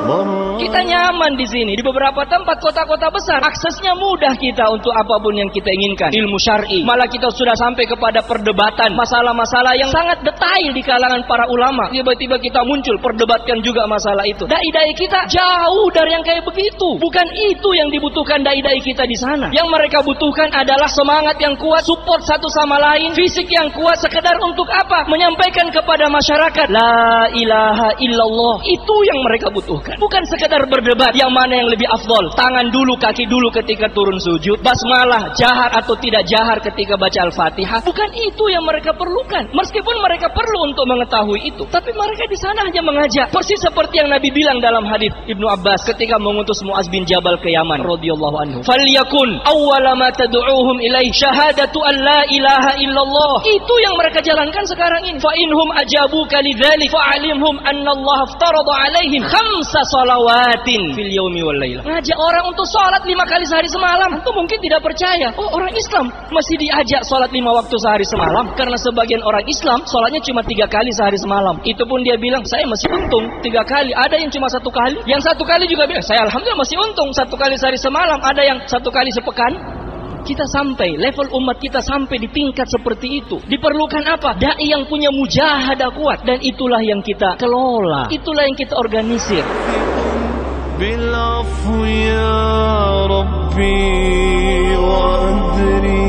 Kita nyaman di sini. Di beberapa tempat kota-kota besar, aksesnya mudah kita untuk apapun yang kita inginkan. Ilmu syar'i. Malah kita sudah sampai kepada perdebatan masalah-masalah yang sangat detail di kalangan para ulama. Tiba-tiba kita muncul perdebatkan juga masalah itu. Dai-dai kita jauh dari yang kayak begitu. Bukan itu yang dibutuhkan dai-dai kita di sana. Yang mereka butuhkan adalah semangat yang kuat, support satu sama lain, fisik yang kuat, sekedar untuk apa? Menyampaikan kepada masyarakat la ilaha illallah. Itu yang mereka butuhkan. Bukan sekedar berdebat yang mana yang lebih afdol. Tangan dulu, kaki dulu ketika turun sujud. Basmalah, jahar atau tidak jahar ketika baca Al-Fatihah. Bukan itu yang mereka perlukan. Meskipun mereka perlu untuk mengetahui itu, tapi mereka di sana hanya mengajak. Persis seperti yang Nabi bilang dalam hadis Ibnu Abbas ketika mengutus Muaz bin Jabal ke Yaman radhiyallahu anhu. Falyakun awwala ma tad'uuhum ilaih syahadatu an la ilaha illallah. Itu yang mereka jalankan sekarang ini. Fa inhum ajabuka lidzalik fa'alimhum anna Allah aftarada alaihim khamsa salawatin fil yaumi wal lailah. Ngajak orang untuk salat 5 kali sehari semalam. Antum mungkin tidak percaya. Oh, orang Islam masih diajak salat 5 waktu sehari semalam, karena sebagian orang Islam salatnya cuma 3 kali sehari semalam. Itu pun dia bilang saya masih untung 3 kali. Ada yang cuma 1 kali. Yang 1 kali juga bilang saya alhamdulillah masih untung 1 kali sehari semalam. Ada yang 1 kali sepekan. Kita sampai, level umat kita sampai di tingkat seperti itu. Diperlukan apa? Dai yang punya mujahadah kuat. Dan itulah yang kita kelola. Itulah yang kita organisir. Bil afwi ya Rabbi wa adri